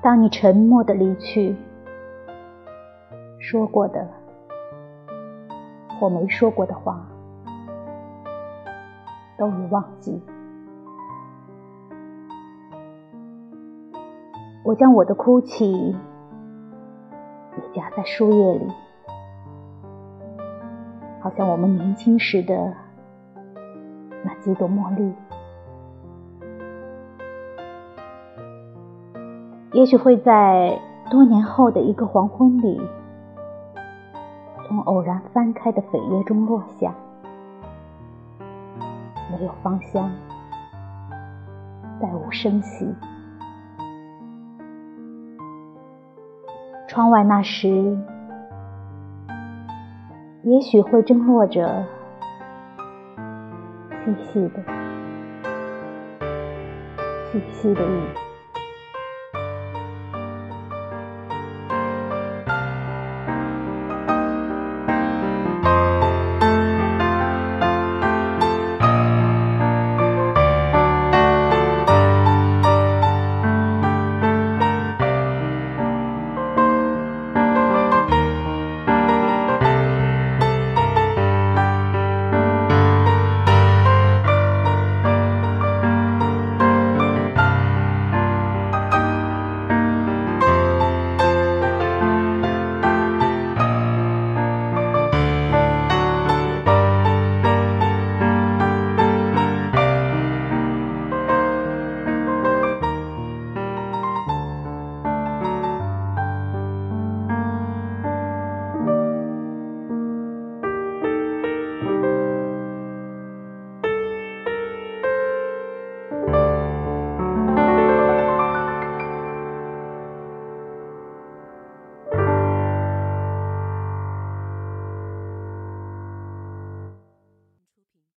当你沉默地离去，说过的或没说过的话都已忘记。我将我的哭泣也夹在书页里，好像我们年轻时的那几朵茉莉。也许会在多年后的一个黄昏里，从偶然翻开的扉页中落下，没有芳香，再无声息。窗外那时，也许会正落着细细的雨。